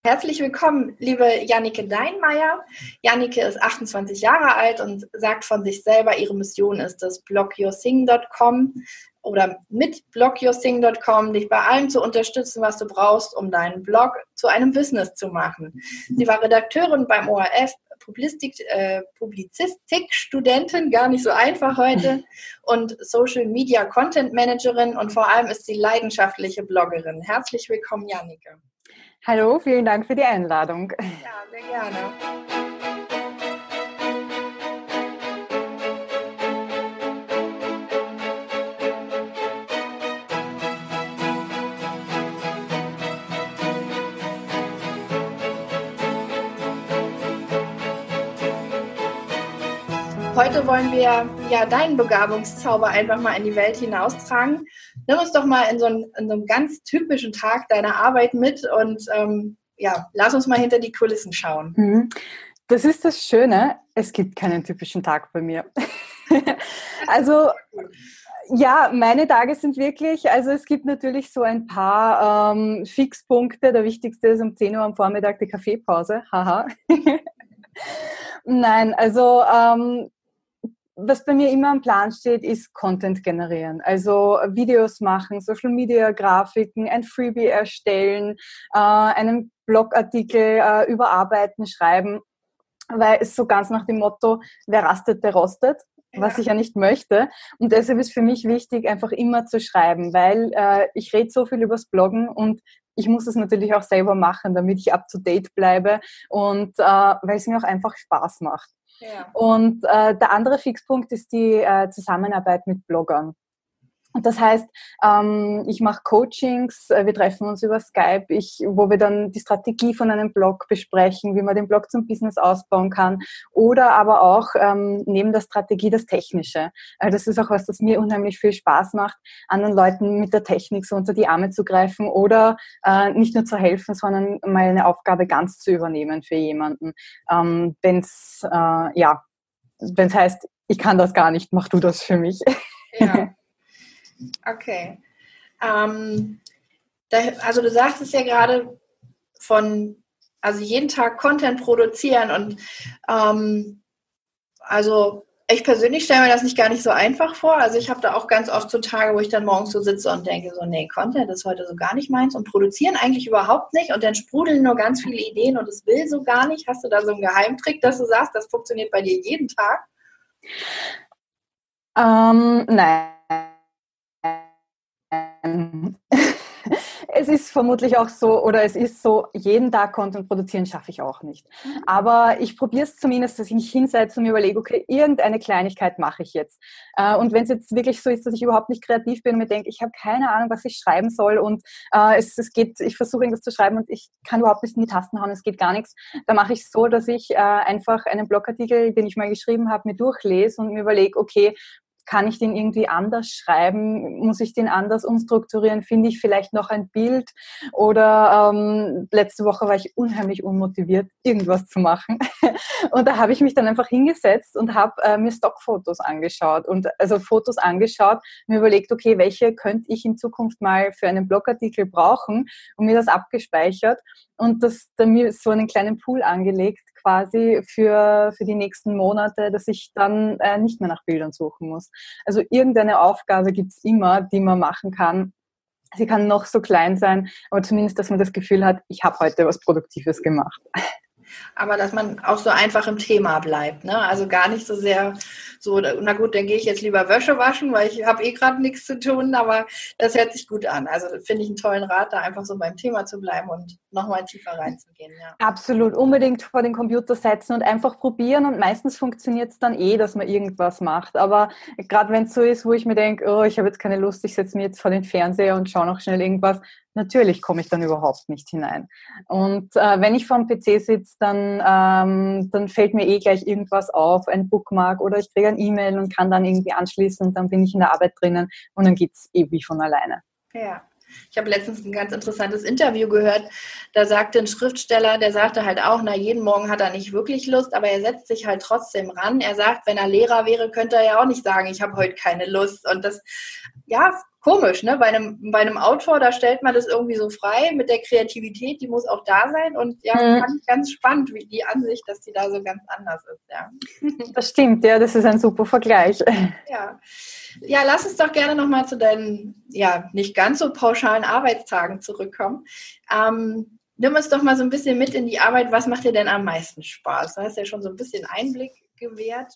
Herzlich willkommen, liebe Jannike Deinmeier. Jannike ist 28 Jahre alt und sagt von sich selber, ihre Mission ist es, blogyoursing.com oder mit blogyoursing.com dich bei allem zu unterstützen, was du brauchst, um deinen Blog zu einem Business zu machen. Sie war Redakteurin beim ORF, Publizistik-Studentin, gar nicht so einfach heute, und Social Media Content Managerin und vor allem ist sie leidenschaftliche Bloggerin. Herzlich willkommen, Jannike. Hallo, vielen Dank für die Einladung. Ja, sehr gerne. Heute wollen wir ja deinen Begabungszauber einfach mal in die Welt hinaustragen. Nimm uns doch mal in so einen ganz typischen Tag deiner Arbeit mit und lass uns mal hinter die Kulissen schauen. Das ist das Schöne, es gibt keinen typischen Tag bei mir. Also ja, meine Tage sind wirklich, also es gibt natürlich so ein paar Fixpunkte. Der wichtigste ist um 10 Uhr am Vormittag die Kaffeepause. Haha. Nein, also was bei mir immer am Plan steht, ist Content generieren. Also Videos machen, Social Media Grafiken, ein Freebie erstellen, einen Blogartikel überarbeiten, schreiben, weil es so ganz nach dem Motto, wer rastet, der rostet, was ich ja nicht möchte. Und deshalb ist für mich wichtig, einfach immer zu schreiben, weil ich rede so viel übers Bloggen und ich muss es natürlich auch selber machen, damit ich up to date bleibe und weil es mir auch einfach Spaß macht. Ja. Und der andere Fixpunkt ist die Zusammenarbeit mit Bloggern. Und das heißt, ich mache Coachings, wir treffen uns über Skype, wo wir dann die Strategie von einem Blog besprechen, wie man den Blog zum Business ausbauen kann oder aber auch neben der Strategie das Technische. Das ist auch was, das mir unheimlich viel Spaß macht, anderen Leuten mit der Technik so unter die Arme zu greifen oder nicht nur zu helfen, sondern mal eine Aufgabe ganz zu übernehmen für jemanden. Wenn es heißt, ich kann das gar nicht, mach du das für mich. Ja. Okay. Also du sagst es ja gerade also jeden Tag Content produzieren und also ich persönlich stelle mir das nicht gar nicht so einfach vor. Also ich habe da auch ganz oft so Tage, wo ich dann morgens so sitze und denke so, nee, Content ist heute so gar nicht meins und produzieren eigentlich überhaupt nicht und dann sprudeln nur ganz viele Ideen und es will so gar nicht. Hast du da so einen Geheimtrick, dass du sagst, das funktioniert bei dir jeden Tag? Nein. Es ist vermutlich auch so, oder es ist so, jeden Tag Content produzieren schaffe ich auch nicht. Aber ich probiere es zumindest, dass ich mich hinsetze und mir überlege, okay, irgendeine Kleinigkeit mache ich jetzt. Und wenn es jetzt wirklich so ist, dass ich überhaupt nicht kreativ bin und mir denke, ich habe keine Ahnung, was ich schreiben soll und ich versuche irgendwas zu schreiben und ich kann überhaupt nicht in die Tasten hauen, es geht gar nichts, dann mache ich es so, dass ich einfach einen Blogartikel, den ich mal geschrieben habe, mir durchlese und mir überlege, okay, kann ich den irgendwie anders schreiben? Muss ich den anders umstrukturieren? Finde ich vielleicht noch ein Bild? Oder letzte Woche war ich unheimlich unmotiviert, irgendwas zu machen. Und da habe ich mich dann einfach hingesetzt und habe mir Stockfotos angeschaut. Mir überlegt, okay, welche könnte ich in Zukunft mal für einen Blogartikel brauchen und mir das abgespeichert und mir so einen kleinen Pool angelegt quasi für die nächsten Monate, dass ich dann nicht mehr nach Bildern suchen muss. Also irgendeine Aufgabe gibt es immer, die man machen kann. Sie kann noch so klein sein, aber zumindest, dass man das Gefühl hat, ich habe heute was Produktives gemacht. Aber dass man auch so einfach im Thema bleibt, ne? Also gar nicht so sehr so, na gut, dann gehe ich jetzt lieber Wäsche waschen, weil ich habe gerade nichts zu tun, aber das hört sich gut an. Also finde ich einen tollen Rat, da einfach so beim Thema zu bleiben und nochmal tiefer reinzugehen. Ja. Absolut, unbedingt vor den Computer setzen und einfach probieren und meistens funktioniert es dann dass man irgendwas macht. Aber gerade wenn es so ist, wo ich mir denke, oh, ich habe jetzt keine Lust, ich setze mich jetzt vor den Fernseher und schaue noch schnell irgendwas, natürlich komme ich dann überhaupt nicht hinein. Und wenn ich vor dem PC sitze, dann fällt mir gleich irgendwas auf, ein Bookmark oder ich kriege ein E-Mail und kann dann irgendwie anschließen und dann bin ich in der Arbeit drinnen und dann geht's wie von alleine. Ja. Ich habe letztens ein ganz interessantes Interview gehört, da sagte ein Schriftsteller, der sagte halt auch, jeden Morgen hat er nicht wirklich Lust, aber er setzt sich halt trotzdem ran. Er sagt, wenn er Lehrer wäre, könnte er ja auch nicht sagen, ich habe heute keine Lust. Und das, ja, komisch, ne? Bei einem Autor, da stellt man das irgendwie so frei mit der Kreativität, die muss auch da sein. Und ja, fand ich ganz spannend, wie die Ansicht, dass die da so ganz anders ist, ja. Das stimmt, ja, das ist ein super Vergleich. Ja. Ja, lass uns doch gerne nochmal zu deinen, ja, nicht ganz so pauschalen Arbeitstagen zurückkommen. Nimm uns doch mal so ein bisschen mit in die Arbeit. Was macht dir denn am meisten Spaß? Du hast ja schon so ein bisschen Einblick gewährt.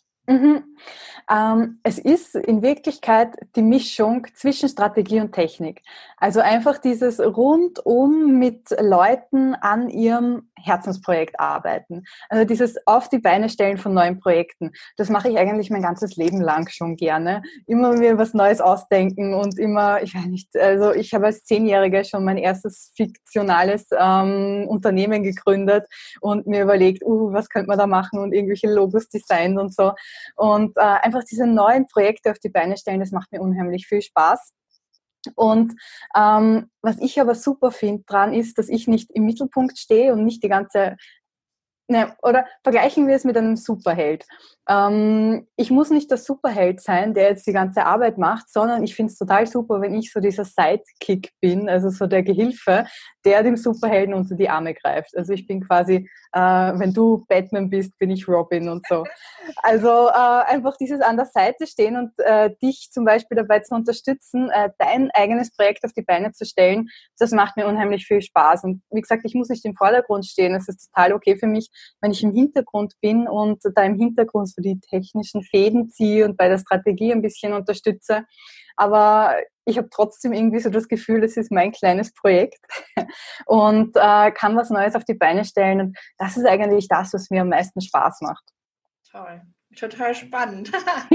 Es ist in Wirklichkeit die Mischung zwischen Strategie und Technik. Also einfach dieses rundum mit Leuten an ihrem Herzensprojekt arbeiten. Also dieses auf die Beine stellen von neuen Projekten. Das mache ich eigentlich mein ganzes Leben lang schon gerne. Immer mir was Neues ausdenken und immer, ich weiß nicht, also ich habe als 10-Jährige schon mein erstes fiktionales Unternehmen gegründet und mir überlegt, was könnte man da machen und irgendwelche Logos designt und so. Und einfach diese neuen Projekte auf die Beine stellen, das macht mir unheimlich viel Spaß. Und was ich aber super finde dran ist, dass ich nicht im Mittelpunkt stehe und nicht die ganze, oder vergleichen wir es mit einem Superheld. Ich muss nicht der Superheld sein, der jetzt die ganze Arbeit macht, sondern ich finde es total super, wenn ich so dieser Sidekick bin, also so der Gehilfe, der dem Superhelden unter die Arme greift. Also ich bin quasi, wenn du Batman bist, bin ich Robin und so. Also einfach dieses an der Seite stehen und dich zum Beispiel dabei zu unterstützen, dein eigenes Projekt auf die Beine zu stellen, das macht mir unheimlich viel Spaß. Und wie gesagt, ich muss nicht im Vordergrund stehen. Es ist total okay für mich, wenn ich im Hintergrund bin und da im Hintergrund so die technischen Fäden ziehe und bei der Strategie ein bisschen unterstütze. Aber ich habe trotzdem irgendwie so das Gefühl, das ist mein kleines Projekt und kann was Neues auf die Beine stellen. Und das ist eigentlich das, was mir am meisten Spaß macht. Toll. Total spannend.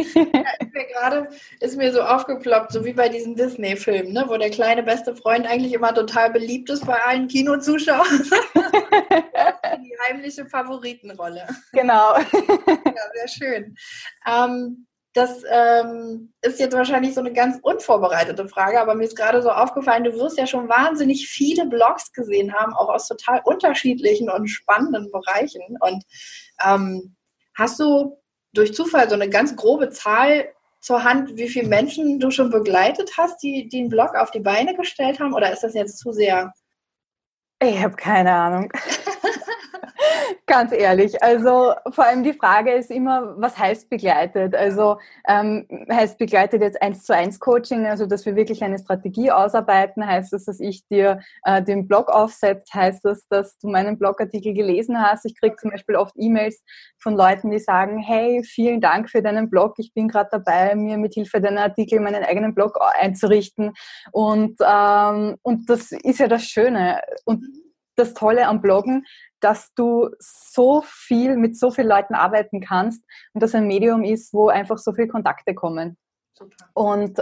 Ist mir so aufgeploppt, so wie bei diesen Disney-Filmen, ne, wo der kleine beste Freund eigentlich immer total beliebt ist bei allen Kinozuschauern. Die heimliche Favoritenrolle. Genau. Ja, sehr schön. Das ist jetzt wahrscheinlich so eine ganz unvorbereitete Frage, aber mir ist gerade so aufgefallen, du wirst ja schon wahnsinnig viele Blogs gesehen haben, auch aus total unterschiedlichen und spannenden Bereichen. Und hast du durch Zufall so eine ganz grobe Zahl zur Hand, wie viele Menschen du schon begleitet hast, die einen Blog auf die Beine gestellt haben? Oder ist das jetzt zu sehr? Ich habe keine Ahnung. Ganz ehrlich, also vor allem die Frage ist immer, was heißt begleitet? Also heißt begleitet jetzt 1:1 Coaching, also dass wir wirklich eine Strategie ausarbeiten? Heißt das, dass ich dir den Blog aufsetze? Heißt das, dass du meinen Blogartikel gelesen hast? Ich kriege zum Beispiel oft E-Mails von Leuten, die sagen, hey, vielen Dank für deinen Blog. Ich bin gerade dabei, mir mit Hilfe deiner Artikel meinen eigenen Blog einzurichten. Und das ist ja das Schöne und das Tolle am Bloggen, dass du so viel mit so vielen Leuten arbeiten kannst und das ein Medium ist, wo einfach so viele Kontakte kommen. Super. Und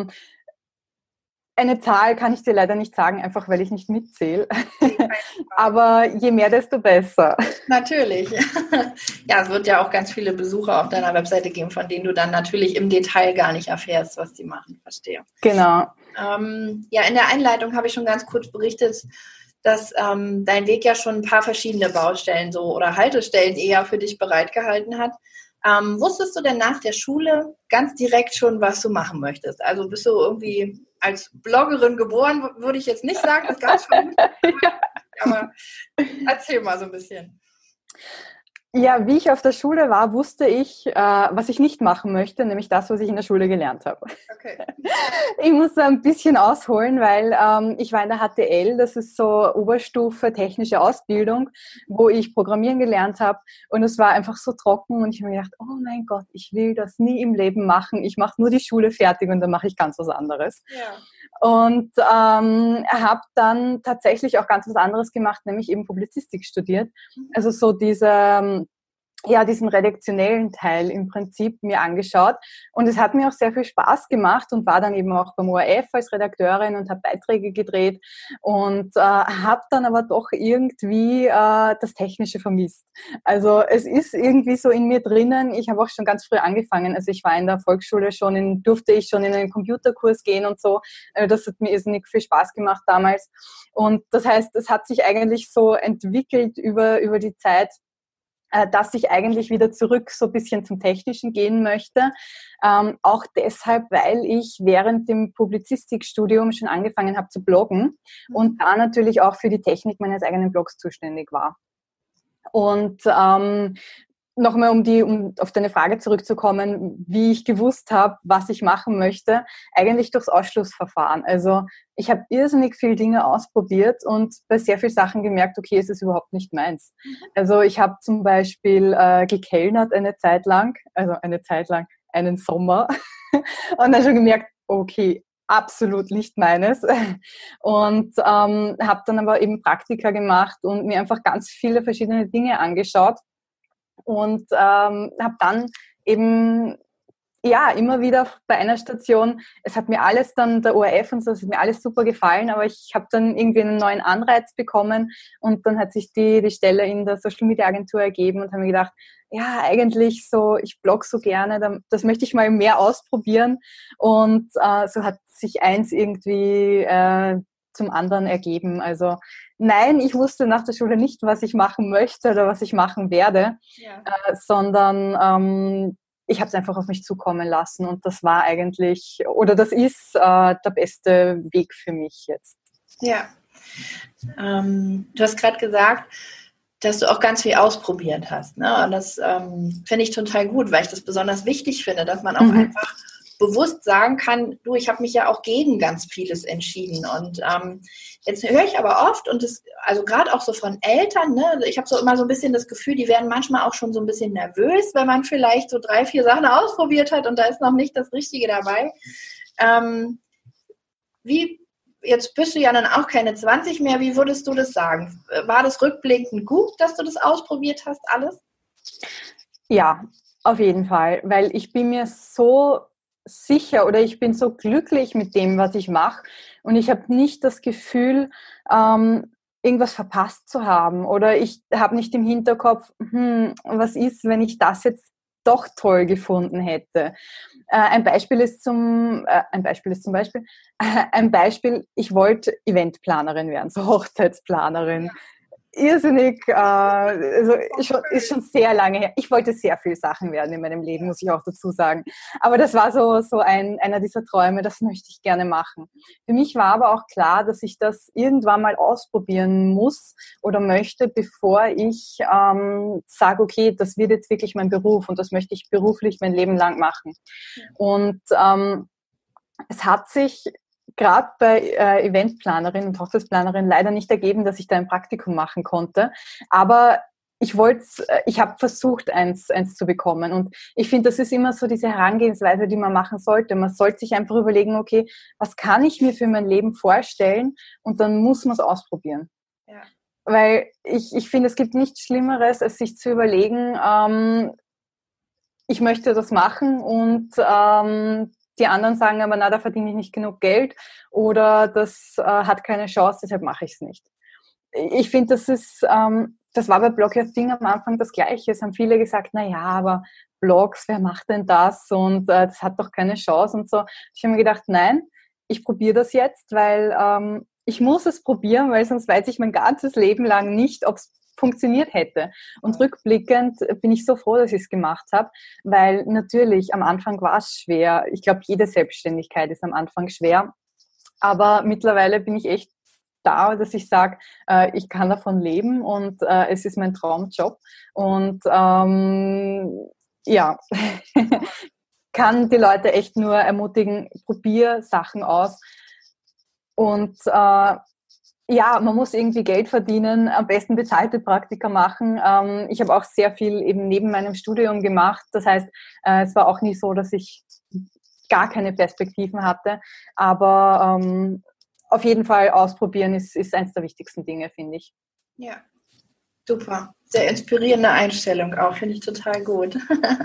eine Zahl kann ich dir leider nicht sagen, einfach weil ich nicht mitzähle. Aber je mehr, desto besser. Natürlich. Ja, es wird ja auch ganz viele Besucher auf deiner Webseite geben, von denen du dann natürlich im Detail gar nicht erfährst, was die machen. Verstehe. Genau. Ja, in der Einleitung habe ich schon ganz kurz berichtet, dass dein Weg ja schon ein paar verschiedene Baustellen so oder Haltestellen eher für dich bereitgehalten hat. Wusstest du denn nach der Schule ganz direkt schon, was du machen möchtest? Also bist du irgendwie als Bloggerin geboren, würde ich jetzt nicht sagen, das ganz vermutlich, aber erzähl mal so ein bisschen. Ja, wie ich auf der Schule war, wusste ich, was ich nicht machen möchte, nämlich das, was ich in der Schule gelernt habe. Okay. Ich muss ein bisschen ausholen, weil ich war in der HTL, das ist so Oberstufe technische Ausbildung, wo ich Programmieren gelernt habe und es war einfach so trocken und ich habe mir gedacht, oh mein Gott, ich will das nie im Leben machen, ich mache nur die Schule fertig und dann mache ich ganz was anderes. Ja. Und habe dann tatsächlich auch ganz was anderes gemacht, nämlich eben Publizistik studiert. Also so diesen redaktionellen Teil im Prinzip mir angeschaut. Und es hat mir auch sehr viel Spaß gemacht und war dann eben auch beim ORF als Redakteurin und habe Beiträge gedreht und habe dann aber doch irgendwie das Technische vermisst. Also es ist irgendwie so in mir drinnen. Ich habe auch schon ganz früh angefangen. Also ich war in der Volksschule durfte ich schon in einen Computerkurs gehen und so. Das hat mir irrsinnig viel Spaß gemacht damals. Und das heißt, es hat sich eigentlich so entwickelt über die Zeit, dass ich eigentlich wieder zurück so ein bisschen zum Technischen gehen möchte. Auch deshalb, weil ich während dem Publizistikstudium schon angefangen habe zu bloggen und da natürlich auch für die Technik meines eigenen Blogs zuständig war. Und nochmal, um auf deine Frage zurückzukommen, wie ich gewusst habe, was ich machen möchte, eigentlich durchs Ausschlussverfahren. Also ich habe irrsinnig viele Dinge ausprobiert und bei sehr vielen Sachen gemerkt, okay, es ist überhaupt nicht meins. Also ich habe zum Beispiel gekellnert einen Sommer und dann schon gemerkt, okay, absolut nicht meines. Und habe dann aber eben Praktika gemacht und mir einfach ganz viele verschiedene Dinge angeschaut. Und habe dann eben immer wieder bei einer Station, es hat mir alles dann, der ORF und so, es hat mir alles super gefallen, aber ich habe dann irgendwie einen neuen Anreiz bekommen und dann hat sich die Stelle in der Social Media Agentur ergeben und habe mir gedacht, ja, eigentlich so, ich blogge so gerne, das möchte ich mal mehr ausprobieren und so hat sich eins irgendwie zum anderen ergeben. Also nein, ich wusste nach der Schule nicht, was ich machen möchte oder was ich machen werde, sondern ich habe es einfach auf mich zukommen lassen und das war eigentlich, oder das ist der beste Weg für mich jetzt. Ja, du hast gerade gesagt, dass du auch ganz viel ausprobiert hast, ne? Und das finde ich total gut, weil ich das besonders wichtig finde, dass man auch einfach bewusst sagen kann, du, ich habe mich ja auch gegen ganz vieles entschieden. Und jetzt höre ich aber oft, und das, also gerade auch so von Eltern, ne, ich habe so immer so ein bisschen das Gefühl, die werden manchmal auch schon so ein bisschen nervös, wenn man vielleicht so 3, 4 Sachen ausprobiert hat und da ist noch nicht das Richtige dabei. Jetzt bist du ja dann auch keine 20 mehr, wie würdest du das sagen? War das rückblickend gut, dass du das ausprobiert hast, alles? Ja, auf jeden Fall, weil ich bin mir so sicher oder ich bin so glücklich mit dem, was ich mache und ich habe nicht das Gefühl, irgendwas verpasst zu haben oder ich habe nicht im Hinterkopf, was ist, wenn ich das jetzt doch toll gefunden hätte. Ein Beispiel, ich wollte Eventplanerin werden, so Hochzeitsplanerin. Irrsinnig, ist schon sehr lange her. Ich wollte sehr viele Sachen werden in meinem Leben, muss ich auch dazu sagen. Aber das war so einer dieser Träume, das möchte ich gerne machen. Für mich war aber auch klar, dass ich das irgendwann mal ausprobieren muss oder möchte, bevor ich sage, okay, das wird jetzt wirklich mein Beruf und das möchte ich beruflich mein Leben lang machen. Und es hat sich gerade bei Eventplanerin und Hochzeitsplanerin leider nicht ergeben, dass ich da ein Praktikum machen konnte. Aber ich habe versucht, eins zu bekommen. Und ich finde, das ist immer so diese Herangehensweise, die man machen sollte. Man sollte sich einfach überlegen, okay, was kann ich mir für mein Leben vorstellen? Und dann muss man es ausprobieren. Ja. Weil ich finde, es gibt nichts Schlimmeres, als sich zu überlegen, ich möchte das machen und die anderen sagen aber, na, da verdiene ich nicht genug Geld oder das hat keine Chance, deshalb mache ich es nicht. Ich finde, das war bei Blog Your Thing am Anfang das Gleiche. Es haben viele gesagt, na ja, aber Blogs, wer macht denn das? Und das hat doch keine Chance und so. Ich habe mir gedacht, nein, ich probiere das jetzt, weil ich muss es probieren, weil sonst weiß ich mein ganzes Leben lang nicht, ob es funktioniert hätte. Und rückblickend bin ich so froh, dass ich es gemacht habe, weil natürlich am Anfang war es schwer. Ich glaube, jede Selbstständigkeit ist am Anfang schwer. Aber mittlerweile bin ich echt da, dass ich sage, ich kann davon leben und es ist mein Traumjob. Und kann die Leute echt nur ermutigen, probier Sachen aus. Und man muss irgendwie Geld verdienen, am besten bezahlte Praktika machen. Ich habe auch sehr viel eben neben meinem Studium gemacht. Das heißt, es war auch nie so, dass ich gar keine Perspektiven hatte. Aber auf jeden Fall ausprobieren ist eines der wichtigsten Dinge, finde ich. Ja, super. Sehr inspirierende Einstellung auch, finde ich total gut.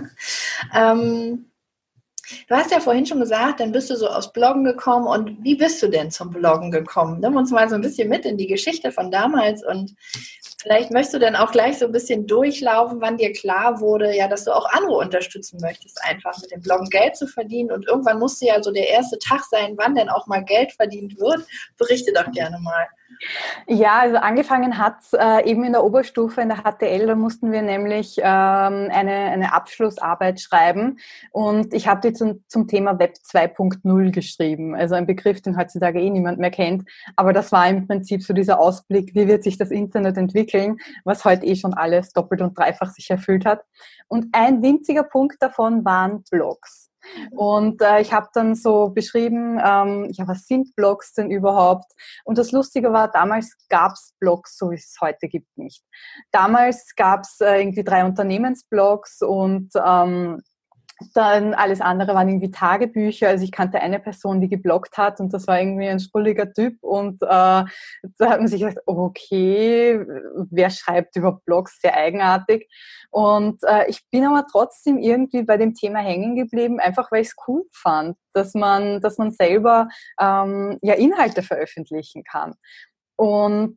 Du hast ja vorhin schon gesagt, dann bist du so aus Bloggen gekommen und wie bist du denn zum Bloggen gekommen? Nimm uns mal so ein bisschen mit in die Geschichte von damals und vielleicht möchtest du dann auch gleich so ein bisschen durchlaufen, wann dir klar wurde, ja, dass du auch andere unterstützen möchtest, einfach mit dem Bloggen Geld zu verdienen und irgendwann musste ja so der erste Tag sein, wann denn auch mal Geld verdient wird. Berichte doch gerne mal. Ja, also angefangen hat eben in der Oberstufe in der HTL, da mussten wir nämlich eine Abschlussarbeit schreiben und ich habe die zum Thema Web 2.0 geschrieben, also ein Begriff, den heutzutage eh niemand mehr kennt, aber das war im Prinzip so dieser Ausblick, wie wird sich das Internet entwickeln, was heute eh schon alles doppelt und dreifach sich erfüllt hat. Und ein winziger Punkt davon waren Blogs. Und ich habe dann so beschrieben, ja, was sind Blogs denn überhaupt? Und das Lustige war, damals gab es Blogs, so wie es heute gibt, nicht. Damals gab es irgendwie 3 Unternehmensblogs und dann alles andere waren irgendwie Tagebücher. Also ich kannte eine Person, die gebloggt hat und das war irgendwie ein schrulliger Typ und da hat man sich gedacht, okay, wer schreibt über Blogs? Sehr eigenartig. Und ich bin aber trotzdem irgendwie bei dem Thema hängen geblieben, einfach weil ich es cool fand, dass man selber ja Inhalte veröffentlichen kann. Und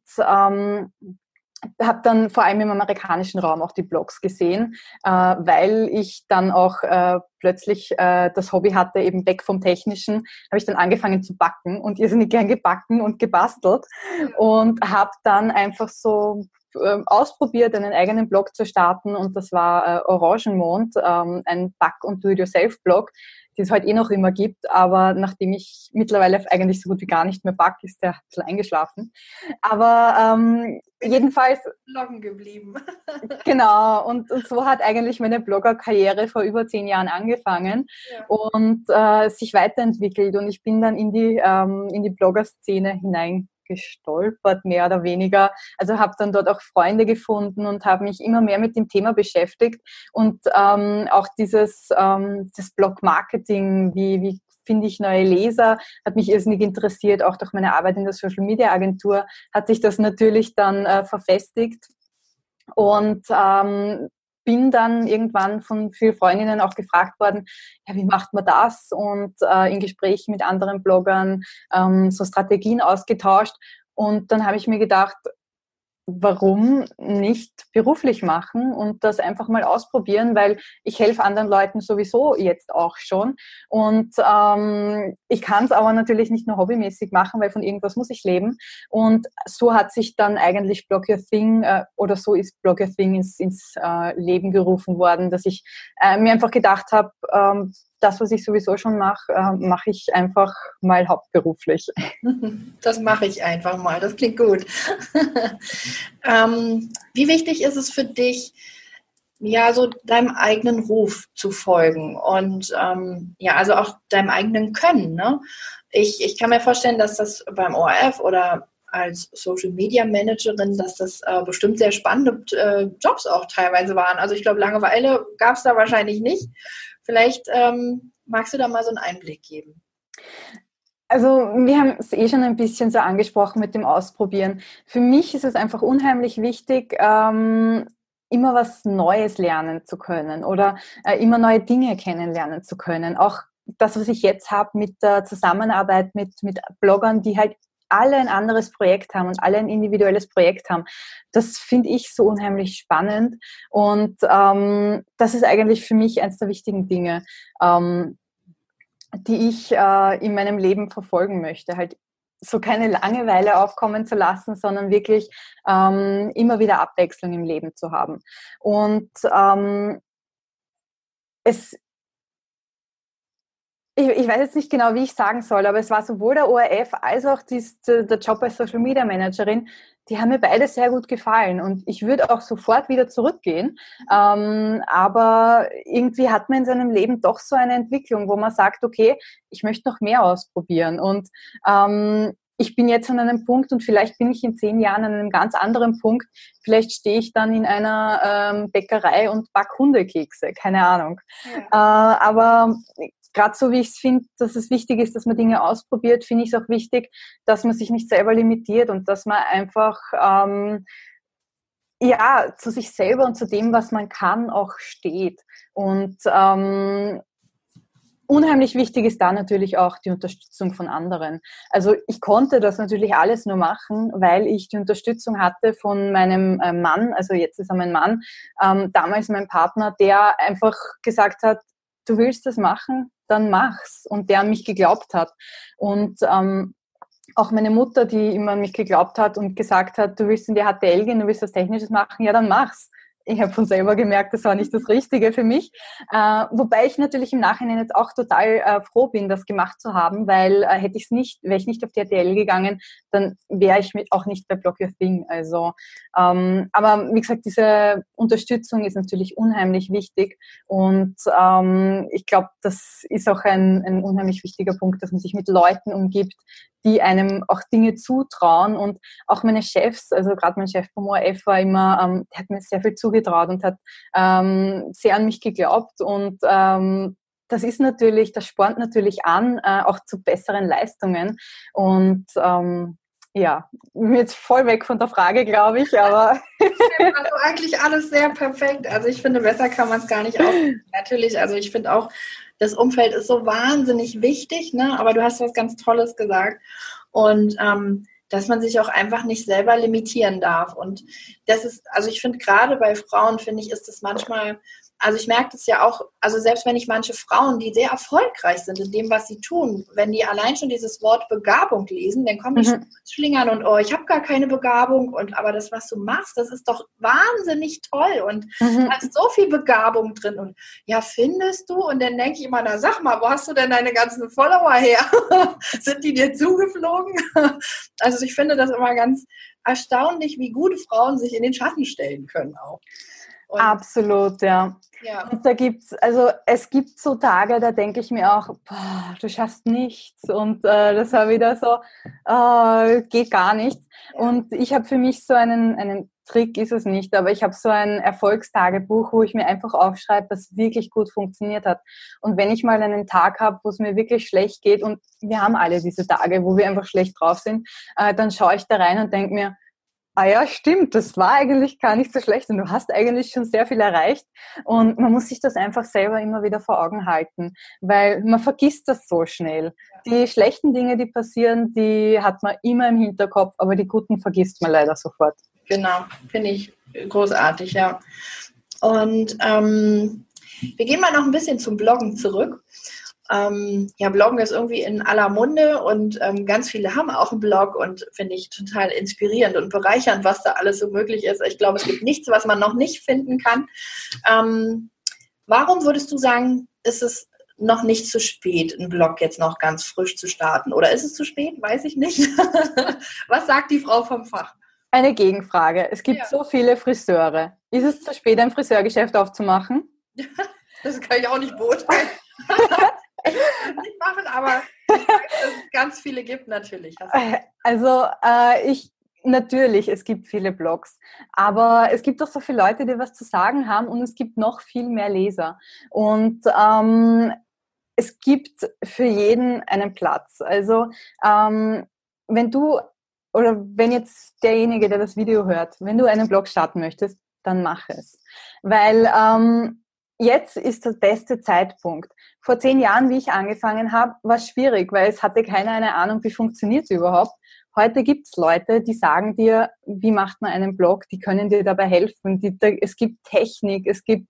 habe dann vor allem im amerikanischen Raum auch die Blogs gesehen, weil ich dann auch plötzlich das Hobby hatte, eben weg vom Technischen, habe ich dann angefangen zu backen und irrsinnig gern gebacken und gebastelt und habe dann einfach so ausprobiert, einen eigenen Blog zu starten und das war Orangenmond, ein Back- und Do-it-yourself-Blog, die es heute eh noch immer gibt, aber nachdem ich mittlerweile eigentlich so gut wie gar nicht mehr backe, ist der ein bisschen eingeschlafen. Aber jedenfalls Bloggen geblieben. Genau, und so hat eigentlich meine Blogger-Karriere vor über 10 Jahren angefangen und sich weiterentwickelt und ich bin dann in die Blogger-Szene hineingestolpert, mehr oder weniger. Also habe dann dort auch Freunde gefunden und habe mich immer mehr mit dem Thema beschäftigt und auch das Blog-Marketing, wie finde ich neue Leser, hat mich irrsinnig interessiert, auch durch meine Arbeit in der Social-Media-Agentur hat sich das natürlich dann verfestigt und bin dann irgendwann von vielen Freundinnen auch gefragt worden, ja, wie macht man das? Und in Gesprächen mit anderen Bloggern so Strategien ausgetauscht. Und dann habe ich mir gedacht, warum nicht beruflich machen und das einfach mal ausprobieren, weil ich helfe anderen Leuten sowieso jetzt auch schon und ich kann es aber natürlich nicht nur hobbymäßig machen, weil von irgendwas muss ich leben und so hat sich dann eigentlich Blog Your Thing oder so ist Blog Your Thing ins Leben gerufen worden, dass ich mir einfach gedacht habe, das, was ich sowieso schon mache, mache ich einfach mal hauptberuflich. Das mache ich einfach mal, das klingt gut. Wie wichtig ist es für dich, ja, so deinem eigenen Ruf zu folgen und ja, also auch deinem eigenen Können, ne? Ich kann mir vorstellen, dass das beim ORF oder als Social Media Managerin, dass das bestimmt sehr spannende Jobs auch teilweise waren. Also ich glaube, Langeweile gab es da wahrscheinlich nicht. Vielleicht magst du da mal so einen Einblick geben. Also wir haben es eh schon ein bisschen so angesprochen mit dem Ausprobieren. Für mich ist es einfach unheimlich wichtig, immer was Neues lernen zu können oder immer neue Dinge kennenlernen zu können. Auch das, was ich jetzt habe mit der Zusammenarbeit mit Bloggern, die halt alle ein anderes Projekt haben und alle ein individuelles Projekt haben. Das finde ich so unheimlich spannend und das ist eigentlich für mich eines der wichtigen Dinge. Die ich in meinem Leben verfolgen möchte. Halt so keine Langeweile aufkommen zu lassen, sondern wirklich immer wieder Abwechslung im Leben zu haben. Und ich weiß jetzt nicht genau, wie ich sagen soll, aber es war sowohl der ORF als auch der Job als Social Media Managerin, die haben mir beide sehr gut gefallen und ich würde auch sofort wieder zurückgehen. Aber irgendwie hat man in seinem Leben doch so eine Entwicklung, wo man sagt, okay, ich möchte noch mehr ausprobieren und ich bin jetzt an einem Punkt und vielleicht bin ich in 10 Jahren an einem ganz anderen Punkt. Vielleicht stehe ich dann in einer Bäckerei und back Hundekekse, keine Ahnung. Ja. Aber gerade so wie ich es finde, dass es wichtig ist, dass man Dinge ausprobiert, finde ich es auch wichtig, dass man sich nicht selber limitiert und dass man einfach ja zu sich selber und zu dem, was man kann, auch steht. Und unheimlich wichtig ist da natürlich auch die Unterstützung von anderen. Also ich konnte das natürlich alles nur machen, weil ich die Unterstützung hatte von meinem Mann, also jetzt ist er mein Mann, damals mein Partner, der einfach gesagt hat, du willst das machen, dann mach's. Und der an mich geglaubt hat. Und auch meine Mutter, die immer an mich geglaubt hat und gesagt hat, du willst in die HTL gehen, du willst was Technisches machen, ja, dann mach's. Ich habe von selber gemerkt, das war nicht das Richtige für mich. Wobei ich natürlich im Nachhinein jetzt auch total froh bin, das gemacht zu haben, weil wäre ich nicht auf die HTL gegangen, dann wäre ich auch nicht bei Block Your Thing. Also, aber wie gesagt, diese Unterstützung ist natürlich unheimlich wichtig und ich glaube, das ist auch ein unheimlich wichtiger Punkt, dass man sich mit Leuten umgibt, die einem auch Dinge zutrauen. Und auch meine Chefs, also gerade mein Chef vom ORF war immer, der hat mir sehr viel zugetraut und hat sehr an mich geglaubt. Und das ist natürlich, das spornt natürlich an, auch zu besseren Leistungen. Und ja, bin jetzt voll weg von der Frage, glaube ich, aber... Also eigentlich alles sehr perfekt. Also ich finde, besser kann man es gar nicht aufnehmen. Natürlich, also ich finde auch, das Umfeld ist so wahnsinnig wichtig, ne? Aber du hast was ganz Tolles gesagt. Und dass man sich auch einfach nicht selber limitieren darf. Und das ist, also ich finde gerade bei Frauen, finde ich, ist das manchmal, also ich merke das ja auch, also selbst wenn ich manche Frauen, die sehr erfolgreich sind in dem, was sie tun, wenn die allein schon dieses Wort Begabung lesen, dann kommen die schon schlingern und oh, ich habe gar keine Begabung und aber das, was du machst, das ist doch wahnsinnig toll und da ist so viel Begabung drin und ja, findest du? Und dann denke ich immer, na sag mal, wo hast du denn deine ganzen Follower her? Sind die dir zugeflogen? Also ich finde das immer ganz erstaunlich, wie gute Frauen sich in den Schatten stellen können auch. Und absolut, ja. Und es gibt so Tage, da denke ich mir auch, boah, du schaffst nichts und das war wieder so, geht gar nichts. Ja. Und ich habe für mich so einen Trick, ist es nicht, aber ich habe so ein Erfolgstagebuch, wo ich mir einfach aufschreibe, was wirklich gut funktioniert hat. Und wenn ich mal einen Tag habe, wo es mir wirklich schlecht geht und wir haben alle diese Tage, wo wir einfach schlecht drauf sind, dann schaue ich da rein und denke mir, ah ja, stimmt, das war eigentlich gar nicht so schlecht und du hast eigentlich schon sehr viel erreicht und man muss sich das einfach selber immer wieder vor Augen halten, weil man vergisst das so schnell. Die schlechten Dinge, die passieren, die hat man immer im Hinterkopf, aber die guten vergisst man leider sofort. Genau, finde ich großartig, ja. Und wir gehen mal noch ein bisschen zum Bloggen zurück. Ja, Bloggen ist irgendwie in aller Munde und ganz viele haben auch einen Blog und finde ich total inspirierend und bereichernd, was da alles so möglich ist. Ich glaube, es gibt nichts, was man noch nicht finden kann. Warum würdest du sagen, ist es noch nicht zu spät, einen Blog jetzt noch ganz frisch zu starten? Oder ist es zu spät? Weiß ich nicht. Was sagt die Frau vom Fach? Eine Gegenfrage. Es gibt so viele Friseure. Ist es zu spät, ein Friseurgeschäft aufzumachen? Das kann ich auch nicht beurteilen. Nicht machen, aber ich weiß, dass es ganz viele gibt, natürlich. Also natürlich, es gibt viele Blogs, aber es gibt auch so viele Leute, die was zu sagen haben und es gibt noch viel mehr Leser. Und es gibt für jeden einen Platz. Also wenn jetzt derjenige, der das Video hört, wenn du einen Blog starten möchtest, dann mach es. Weil jetzt ist der beste Zeitpunkt. Vor 10 Jahren, wie ich angefangen habe, war es schwierig, weil es hatte keiner eine Ahnung, wie funktioniert es überhaupt. Heute gibt es Leute, die sagen dir, wie macht man einen Blog, die können dir dabei helfen. Es gibt Technik, es gibt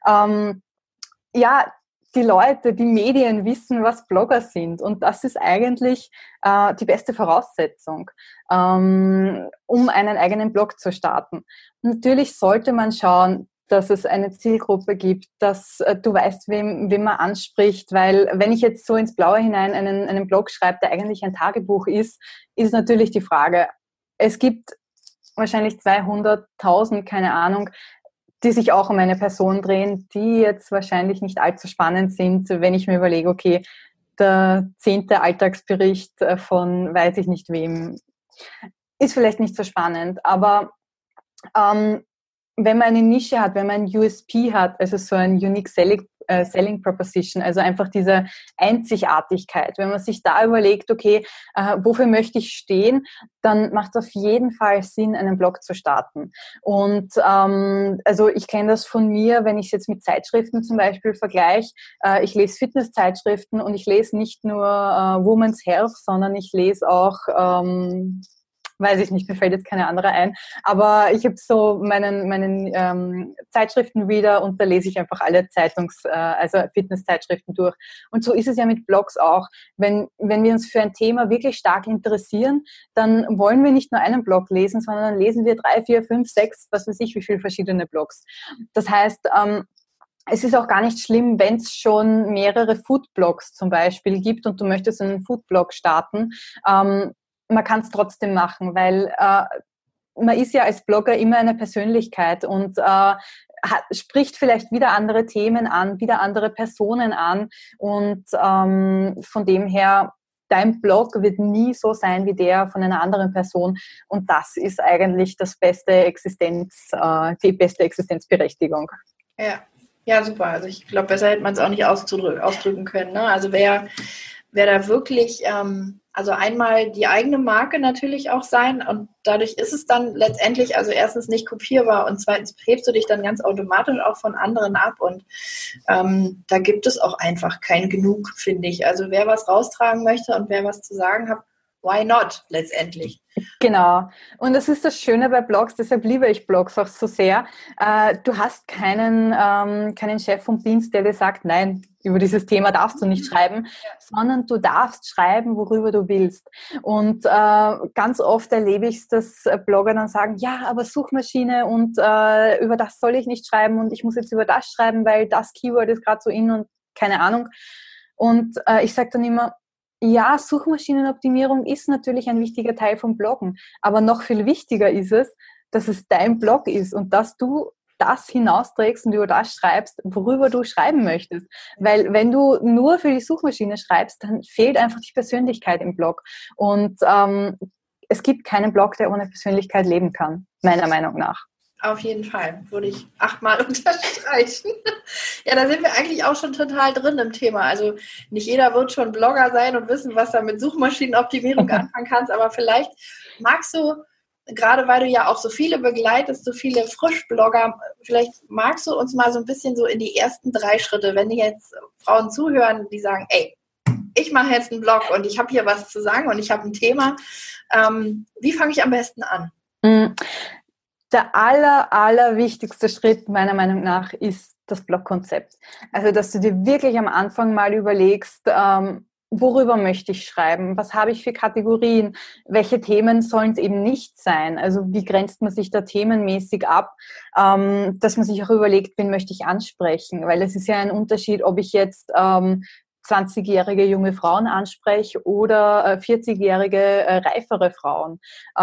die Leute, die Medien wissen, was Blogger sind. Und das ist eigentlich die beste Voraussetzung, um einen eigenen Blog zu starten. Natürlich sollte man schauen, dass es eine Zielgruppe gibt, dass du weißt, wem man anspricht, weil wenn ich jetzt so ins Blaue hinein einen Blog schreibe, der eigentlich ein Tagebuch ist natürlich die Frage, es gibt wahrscheinlich 200.000, keine Ahnung, die sich auch um eine Person drehen, die jetzt wahrscheinlich nicht allzu spannend sind, wenn ich mir überlege, okay, der 10. Alltagsbericht von weiß ich nicht wem ist vielleicht nicht so spannend, aber wenn man eine Nische hat, wenn man ein USP hat, also so ein Unique Selling Proposition, also einfach diese Einzigartigkeit, wenn man sich da überlegt, okay, wofür möchte ich stehen, dann macht es auf jeden Fall Sinn, einen Blog zu starten. Und also ich kenne das von mir, wenn ich es jetzt mit Zeitschriften zum Beispiel vergleiche, ich lese Fitnesszeitschriften und ich lese nicht nur Women's Health, sondern ich lese auch weiß ich nicht, mir fällt jetzt keine andere ein. Aber ich habe so meinen Zeitschriftenreader und da lese ich einfach alle also Fitnesszeitschriften durch. Und so ist es ja mit Blogs auch. Wenn wir uns für ein Thema wirklich stark interessieren, dann wollen wir nicht nur einen Blog lesen, sondern dann lesen wir 3, 4, 5, 6, was weiß ich, wie viele verschiedene Blogs. Das heißt, es ist auch gar nicht schlimm, wenn es schon mehrere Foodblogs zum Beispiel gibt und du möchtest einen Foodblog starten. Man kann es trotzdem machen, weil man ist ja als Blogger immer eine Persönlichkeit und spricht vielleicht wieder andere Themen an, wieder andere Personen an und von dem her, dein Blog wird nie so sein wie der von einer anderen Person und das ist eigentlich die beste Existenzberechtigung. Ja, super. Also ich glaube, besser hätte man es auch nicht ausdrücken können. Ne? Also wer da wirklich, also einmal die eigene Marke natürlich auch sein und dadurch ist es dann letztendlich, also erstens nicht kopierbar und zweitens hebst du dich dann ganz automatisch auch von anderen ab und da gibt es auch einfach kein Genug, finde ich. Also wer was raustragen möchte und wer was zu sagen hat, why not letztendlich? Genau. Und das ist das Schöne bei Blogs, deshalb liebe ich Blogs auch so sehr. Du hast keinen Chef vom Dienst, der dir sagt, nein, über dieses Thema darfst du nicht schreiben, sondern du darfst schreiben, worüber du willst. Und ganz oft erlebe ich es, dass Blogger dann sagen, ja, aber Suchmaschine und über das soll ich nicht schreiben und ich muss jetzt über das schreiben, weil das Keyword ist gerade so in und keine Ahnung. Und ich sage dann immer, ja, Suchmaschinenoptimierung ist natürlich ein wichtiger Teil vom Bloggen, aber noch viel wichtiger ist es, dass es dein Blog ist und dass du das hinausträgst und über das schreibst, worüber du schreiben möchtest. Weil wenn du nur für die Suchmaschine schreibst, dann fehlt einfach die Persönlichkeit im Blog. Und es gibt keinen Blog, der ohne Persönlichkeit leben kann, meiner Meinung nach. Auf jeden Fall, würde ich 8-mal unterstreichen. Ja, da sind wir eigentlich auch schon total drin im Thema. Also nicht jeder wird schon Blogger sein und wissen, was da mit Suchmaschinenoptimierung anfangen kannst, aber vielleicht magst du, gerade weil du ja auch so viele begleitest, so viele Frischblogger, vielleicht magst du uns mal so ein bisschen so in die ersten 3 Schritte, wenn dir jetzt Frauen zuhören, die sagen, ey, ich mache jetzt einen Blog und ich habe hier was zu sagen und ich habe ein Thema. Wie fange ich am besten an? Der allerwichtigste Schritt meiner Meinung nach ist das Blogkonzept. Also, dass du dir wirklich am Anfang mal überlegst, worüber möchte ich schreiben? Was habe ich für Kategorien? Welche Themen sollen es eben nicht sein? Also, wie grenzt man sich da themenmäßig ab? Dass man sich auch überlegt, wen möchte ich ansprechen? Weil es ist ja ein Unterschied, ob ich jetzt 20-jährige junge Frauen anspreche oder 40-jährige reifere Frauen.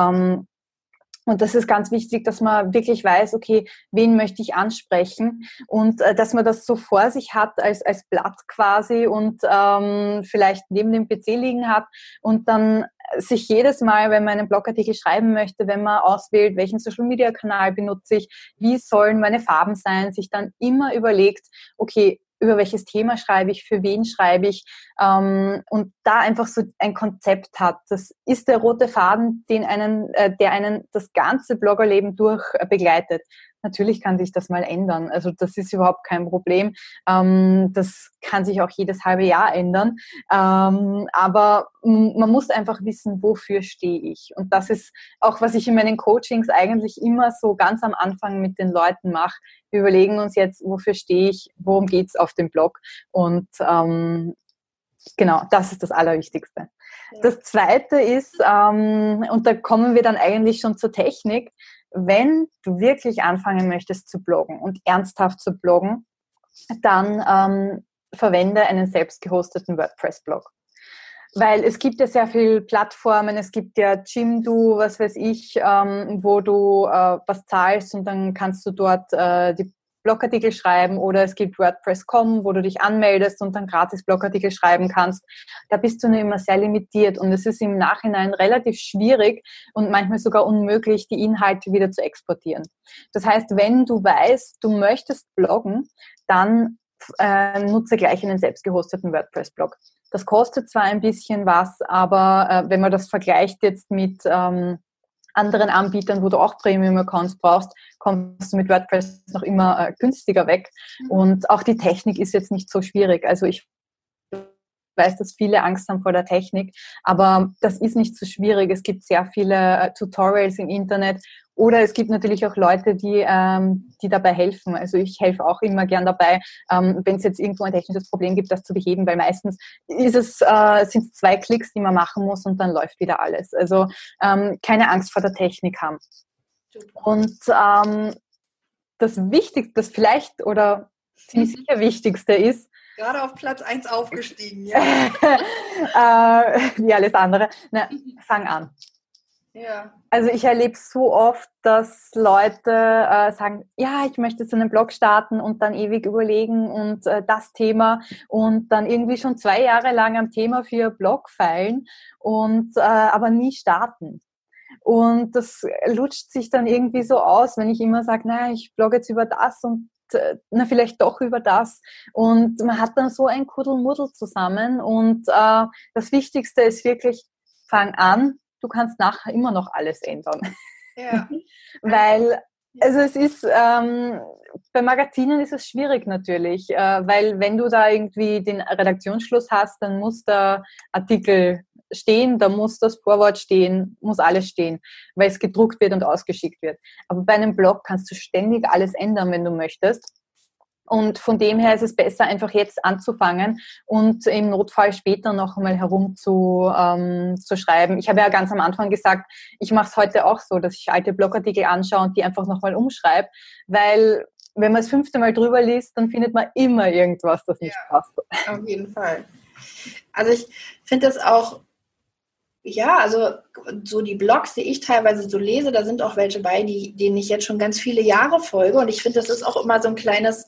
Und das ist ganz wichtig, dass man wirklich weiß, okay, wen möchte ich ansprechen und dass man das so vor sich hat als Blatt quasi und vielleicht neben dem PC liegen hat und dann sich jedes Mal, wenn man einen Blogartikel schreiben möchte, wenn man auswählt, welchen Social-Media-Kanal benutze ich, wie sollen meine Farben sein, sich dann immer überlegt, okay, über welches Thema schreibe ich, für wen schreibe ich und da einfach so ein Konzept hat. Das ist der rote Faden, der einen das ganze Bloggerleben durch begleitet. Natürlich kann sich das mal ändern. Also das ist überhaupt kein Problem. Das kann sich auch jedes halbe Jahr ändern. Aber man muss einfach wissen, wofür stehe ich. Und das ist auch, was ich in meinen Coachings eigentlich immer so ganz am Anfang mit den Leuten mache. Wir überlegen uns jetzt, wofür stehe ich, worum geht's auf dem Blog. Und genau, das ist das Allerwichtigste. Ja. Das Zweite ist, und da kommen wir dann eigentlich schon zur Technik, wenn du wirklich anfangen möchtest zu bloggen und ernsthaft zu bloggen, dann verwende einen selbst gehosteten WordPress-Blog. Weil es gibt ja sehr viele Plattformen, es gibt ja Jimdo, was weiß ich, wo du was zahlst und dann kannst du dort die Blogartikel schreiben oder es gibt WordPress.com, wo du dich anmeldest und dann gratis Blogartikel schreiben kannst. Da bist du nur immer sehr limitiert und es ist im Nachhinein relativ schwierig und manchmal sogar unmöglich, die Inhalte wieder zu exportieren. Das heißt, wenn du weißt, du möchtest bloggen, dann nutze gleich einen selbst gehosteten WordPress-Blog. Das kostet zwar ein bisschen was, aber wenn man das vergleicht jetzt mit anderen Anbietern, wo du auch Premium-Accounts brauchst, kommst du mit WordPress noch immer günstiger weg. Und auch die Technik ist jetzt nicht so schwierig. Also ich weiß, dass viele Angst haben vor der Technik, aber das ist nicht so schwierig. Es gibt sehr viele Tutorials im Internet oder es gibt natürlich auch Leute, die dabei helfen. Also ich helfe auch immer gern dabei, wenn es jetzt irgendwo ein technisches Problem gibt, das zu beheben, weil meistens sind es 2 Klicks, die man machen muss und dann läuft wieder alles. Also keine Angst vor der Technik haben. Und das Wichtigste, das vielleicht oder ziemlich sicher Wichtigste ist, gerade auf Platz 1 aufgestiegen, ja. wie alles andere. Na, fang an. Ja. Also ich erlebe so oft, dass Leute sagen, ja, ich möchte jetzt einen Blog starten und dann ewig überlegen und das Thema und dann irgendwie schon 2 Jahre lang am Thema für ihr Blog feilen und aber nie starten. Und das lutscht sich dann irgendwie so aus, wenn ich immer sage, naja, ich blogge jetzt über das und na, vielleicht doch über das. Und man hat dann so ein Kuddelmuddel zusammen. Und das Wichtigste ist wirklich, fang an. Du kannst nachher immer noch alles ändern. Ja. Weil, also es ist, bei Magazinen ist es schwierig natürlich, weil wenn du da irgendwie den Redaktionsschluss hast, dann muss der Artikel stehen, da muss das Vorwort stehen, muss alles stehen, weil es gedruckt wird und ausgeschickt wird. Aber bei einem Blog kannst du ständig alles ändern, wenn du möchtest. Und von dem her ist es besser, einfach jetzt anzufangen und im Notfall später noch einmal herum zu schreiben. Ich habe ja ganz am Anfang gesagt, ich mache es heute auch so, dass ich alte Blogartikel anschaue und die einfach nochmal umschreibe, weil wenn man das 5. Mal drüber liest, dann findet man immer irgendwas, das nicht passt. Auf jeden Fall. Also ich finde das auch, ja, also so die Blogs, die ich teilweise so lese, da sind auch welche bei, denen ich jetzt schon ganz viele Jahre folge. Und ich finde, das ist auch immer so ein kleines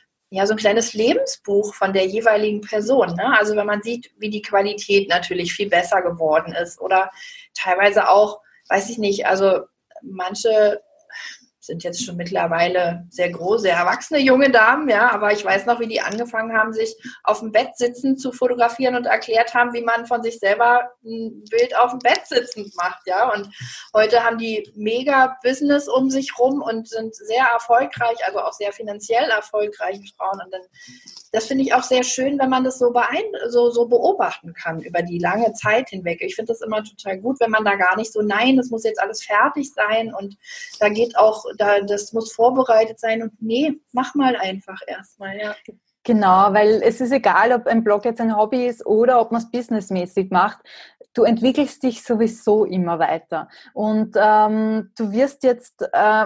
Lebensbuch von der jeweiligen Person. Ne? Also wenn man sieht, wie die Qualität natürlich viel besser geworden ist oder teilweise auch, weiß ich nicht, also manche sind jetzt schon mittlerweile sehr große, erwachsene junge Damen, ja, aber ich weiß noch, wie die angefangen haben, sich auf dem Bett sitzend zu fotografieren und erklärt haben, wie man von sich selber ein Bild auf dem Bett sitzend macht, ja, und heute haben die mega Business um sich rum und sind sehr erfolgreich, also auch sehr finanziell erfolgreiche Frauen und dann, das finde ich auch sehr schön, wenn man das so beobachten kann über die lange Zeit hinweg. Ich finde das immer total gut, wenn man da gar nicht so, nein, das muss jetzt alles fertig sein und da geht auch das muss vorbereitet sein und nee, mach mal einfach erstmal, ja. Genau, weil es ist egal, ob ein Blog jetzt ein Hobby ist oder ob man es businessmäßig macht. Du entwickelst dich sowieso immer weiter und du wirst jetzt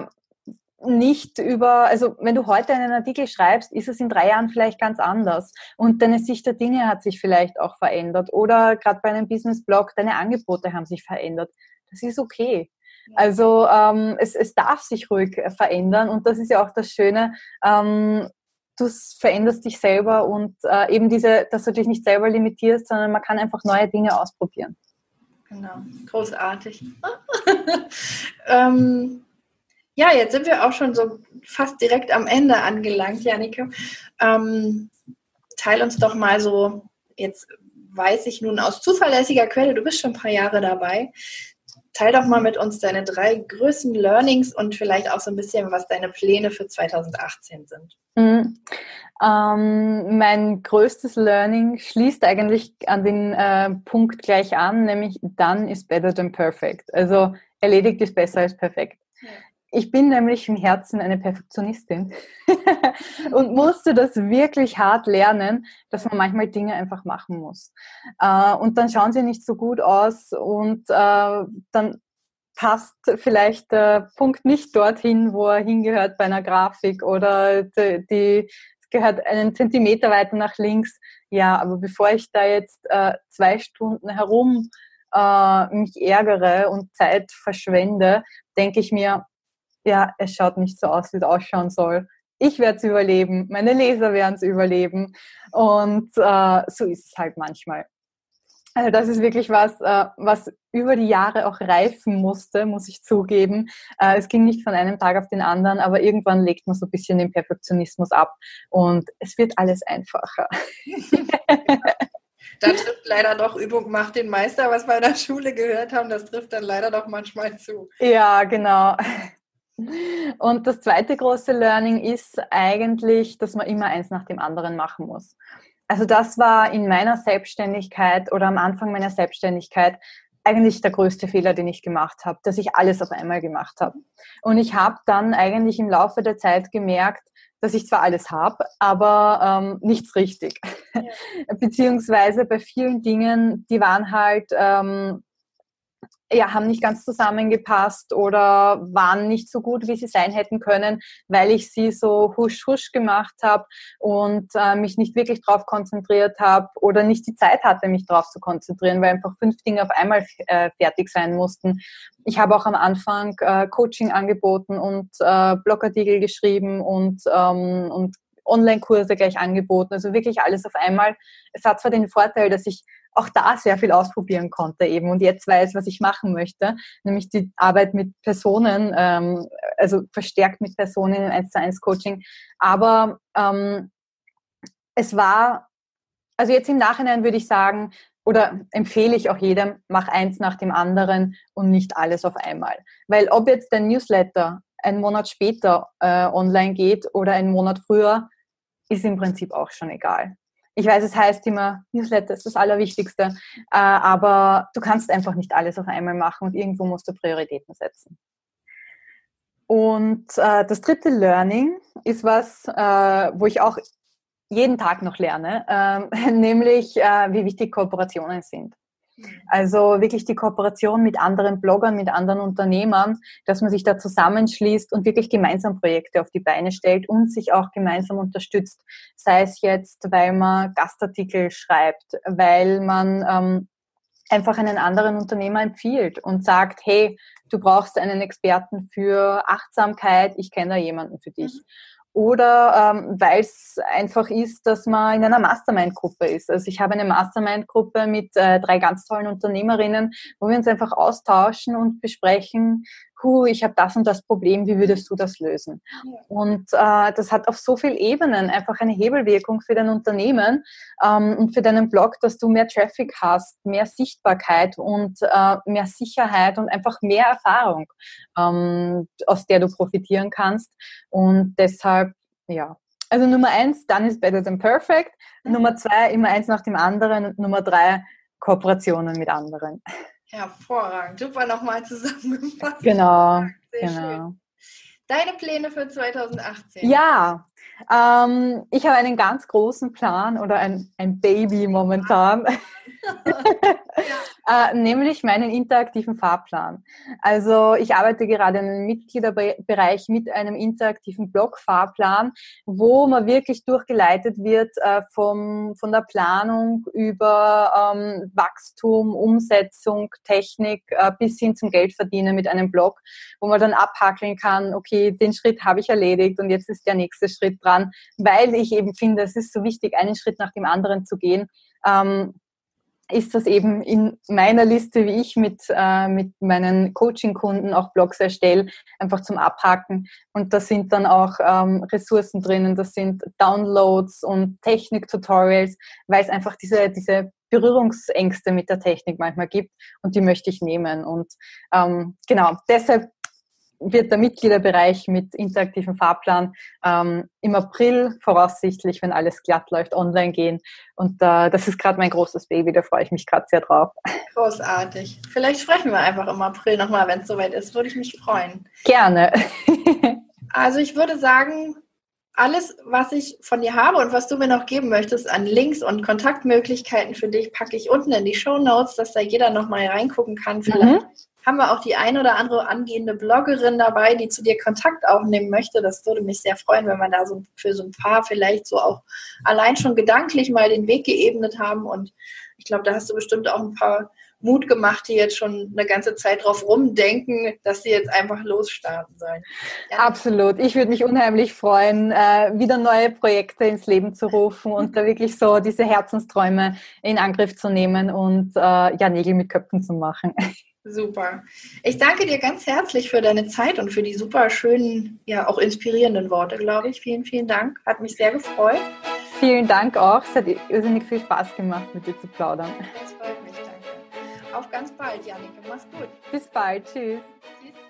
nicht also wenn du heute einen Artikel schreibst, ist es in 3 Jahren vielleicht ganz anders und deine Sicht der Dinge hat sich vielleicht auch verändert oder gerade bei einem Business-Blog, deine Angebote haben sich verändert. Das ist okay. Also es darf sich ruhig verändern und das ist ja auch das Schöne. Du veränderst dich selber und eben dass du dich nicht selber limitierst, sondern man kann einfach neue Dinge ausprobieren. Genau, großartig. Ja, jetzt sind wir auch schon so fast direkt am Ende angelangt, Jannike. Teil uns doch mal so, jetzt weiß ich nun aus zuverlässiger Quelle, du bist schon ein paar Jahre dabei, teil doch mal mit uns deine 3 größten Learnings und vielleicht auch so ein bisschen, was deine Pläne für 2018 sind. Mein größtes Learning schließt eigentlich an den Punkt gleich an, nämlich done is better than perfect. Also erledigt ist besser als perfekt. Ja. Ich bin nämlich im Herzen eine Perfektionistin und musste das wirklich hart lernen, dass man manchmal Dinge einfach machen muss. Und dann schauen sie nicht so gut aus und dann passt vielleicht der Punkt nicht dorthin, wo er hingehört bei einer Grafik oder es gehört einen Zentimeter weiter nach links. Ja, aber bevor ich da jetzt 2 Stunden herum mich ärgere und Zeit verschwende, denke ich mir, ja, es schaut nicht so aus, wie es ausschauen soll. Ich werde es überleben, meine Leser werden es überleben und so ist es halt manchmal. Also das ist wirklich was über die Jahre auch reifen musste, muss ich zugeben. Es ging nicht von einem Tag auf den anderen, aber irgendwann legt man so ein bisschen den Perfektionismus ab und es wird alles einfacher. Da trifft leider doch Übung macht den Meister, was wir in der Schule gehört haben, das trifft dann leider doch manchmal zu. Ja, genau. Und das zweite große Learning ist eigentlich, dass man immer eins nach dem anderen machen muss. Also das war in meiner Selbstständigkeit oder am Anfang meiner Selbstständigkeit eigentlich der größte Fehler, den ich gemacht habe, dass ich alles auf einmal gemacht habe. Und ich habe dann eigentlich im Laufe der Zeit gemerkt, dass ich zwar alles habe, aber nichts richtig. Ja. Beziehungsweise bei vielen Dingen, die waren halt haben nicht ganz zusammengepasst oder waren nicht so gut, wie sie sein hätten können, weil ich sie so husch husch gemacht habe und mich nicht wirklich drauf konzentriert habe oder nicht die Zeit hatte, mich drauf zu konzentrieren, weil einfach 5 Dinge auf einmal fertig sein mussten. Ich habe auch am Anfang Coaching angeboten und Blogartikel geschrieben und Online-Kurse gleich angeboten, also wirklich alles auf einmal. Es hat zwar den Vorteil, dass ich auch da sehr viel ausprobieren konnte eben und jetzt weiß, was ich machen möchte, nämlich die Arbeit mit Personen, also verstärkt mit Personen im 1:1 Coaching. Aber es war, also jetzt im Nachhinein würde ich sagen, oder empfehle ich auch jedem, mach eins nach dem anderen und nicht alles auf einmal. Weil ob jetzt dein Newsletter einen Monat später online geht oder einen Monat früher, ist im Prinzip auch schon egal. Ich weiß, es heißt immer, Newsletter ist das Allerwichtigste, aber du kannst einfach nicht alles auf einmal machen und irgendwo musst du Prioritäten setzen. Und das dritte Learning ist was, wo ich auch jeden Tag noch lerne, nämlich wie wichtig Kooperationen sind. Also wirklich die Kooperation mit anderen Bloggern, mit anderen Unternehmern, dass man sich da zusammenschließt und wirklich gemeinsam Projekte auf die Beine stellt und sich auch gemeinsam unterstützt. Sei es jetzt, weil man Gastartikel schreibt, weil man einfach einen anderen Unternehmer empfiehlt und sagt, hey, du brauchst einen Experten für Achtsamkeit, ich kenne da jemanden für dich. Oder weil es einfach ist, dass man in einer Mastermind-Gruppe ist. Also ich habe eine Mastermind-Gruppe mit 3 ganz tollen Unternehmerinnen, wo wir uns einfach austauschen und besprechen, ich habe das und das Problem, wie würdest du das lösen? Und das hat auf so vielen Ebenen einfach eine Hebelwirkung für dein Unternehmen und für deinen Blog, dass du mehr Traffic hast, mehr Sichtbarkeit und mehr Sicherheit und einfach mehr Erfahrung, aus der du profitieren kannst. Und deshalb, ja. Also Nummer 1, done is better than perfect. Nummer 2, immer eins nach dem anderen. Und Nummer 3, Kooperationen mit anderen. Hervorragend. Super nochmal zusammengefasst. Genau. Sehr schön. Deine Pläne für 2018? Ja, ich habe einen ganz großen Plan oder ein Baby momentan, nämlich meinen interaktiven Fahrplan. Also ich arbeite gerade in einem Mitgliederbereich mit einem interaktiven Blog-Fahrplan, wo man wirklich durchgeleitet wird von der Planung über Wachstum, Umsetzung, Technik bis hin zum Geldverdienen mit einem Blog, wo man dann abhackeln kann, okay, den Schritt habe ich erledigt und jetzt ist der nächste Schritt dran, weil ich eben finde, es ist so wichtig, einen Schritt nach dem anderen zu gehen. Ist das eben in meiner Liste, wie ich mit meinen Coaching-Kunden auch Blogs erstelle, einfach zum Abhaken. Und da sind dann auch Ressourcen drinnen, das sind Downloads und Technik-Tutorials, weil es einfach diese Berührungsängste mit der Technik manchmal gibt und die möchte ich nehmen. Und genau, deshalb wird der Mitgliederbereich mit interaktivem Fahrplan im April voraussichtlich, wenn alles glatt läuft, online gehen. Und das ist gerade mein großes Baby, da freue ich mich gerade sehr drauf. Großartig. Vielleicht sprechen wir einfach im April nochmal, wenn es soweit ist. Würde ich mich freuen. Gerne. Also ich würde sagen, alles, was ich von dir habe und was du mir noch geben möchtest an Links und Kontaktmöglichkeiten für dich, packe ich unten in die Shownotes, dass da jeder nochmal reingucken kann. Vielleicht haben wir auch die ein oder andere angehende Bloggerin dabei, die zu dir Kontakt aufnehmen möchte. Das würde mich sehr freuen, wenn wir da so für so ein paar vielleicht so auch allein schon gedanklich mal den Weg geebnet haben. Und ich glaube, da hast du bestimmt auch ein paar Mut gemacht, die jetzt schon eine ganze Zeit drauf rumdenken, dass sie jetzt einfach losstarten sollen. Ja. Absolut. Ich würde mich unheimlich freuen, wieder neue Projekte ins Leben zu rufen und da wirklich so diese Herzensträume in Angriff zu nehmen und Nägel mit Köpfen zu machen. Super. Ich danke dir ganz herzlich für deine Zeit und für die super schönen, ja auch inspirierenden Worte, glaube ich. Vielen, vielen Dank. Hat mich sehr gefreut. Vielen Dank auch. Es hat irrsinnig viel Spaß gemacht, mit dir zu plaudern. Das freut mich, danke. Auf ganz bald, Jannike. Mach's gut. Bis bald. Tschüss. Tschüss.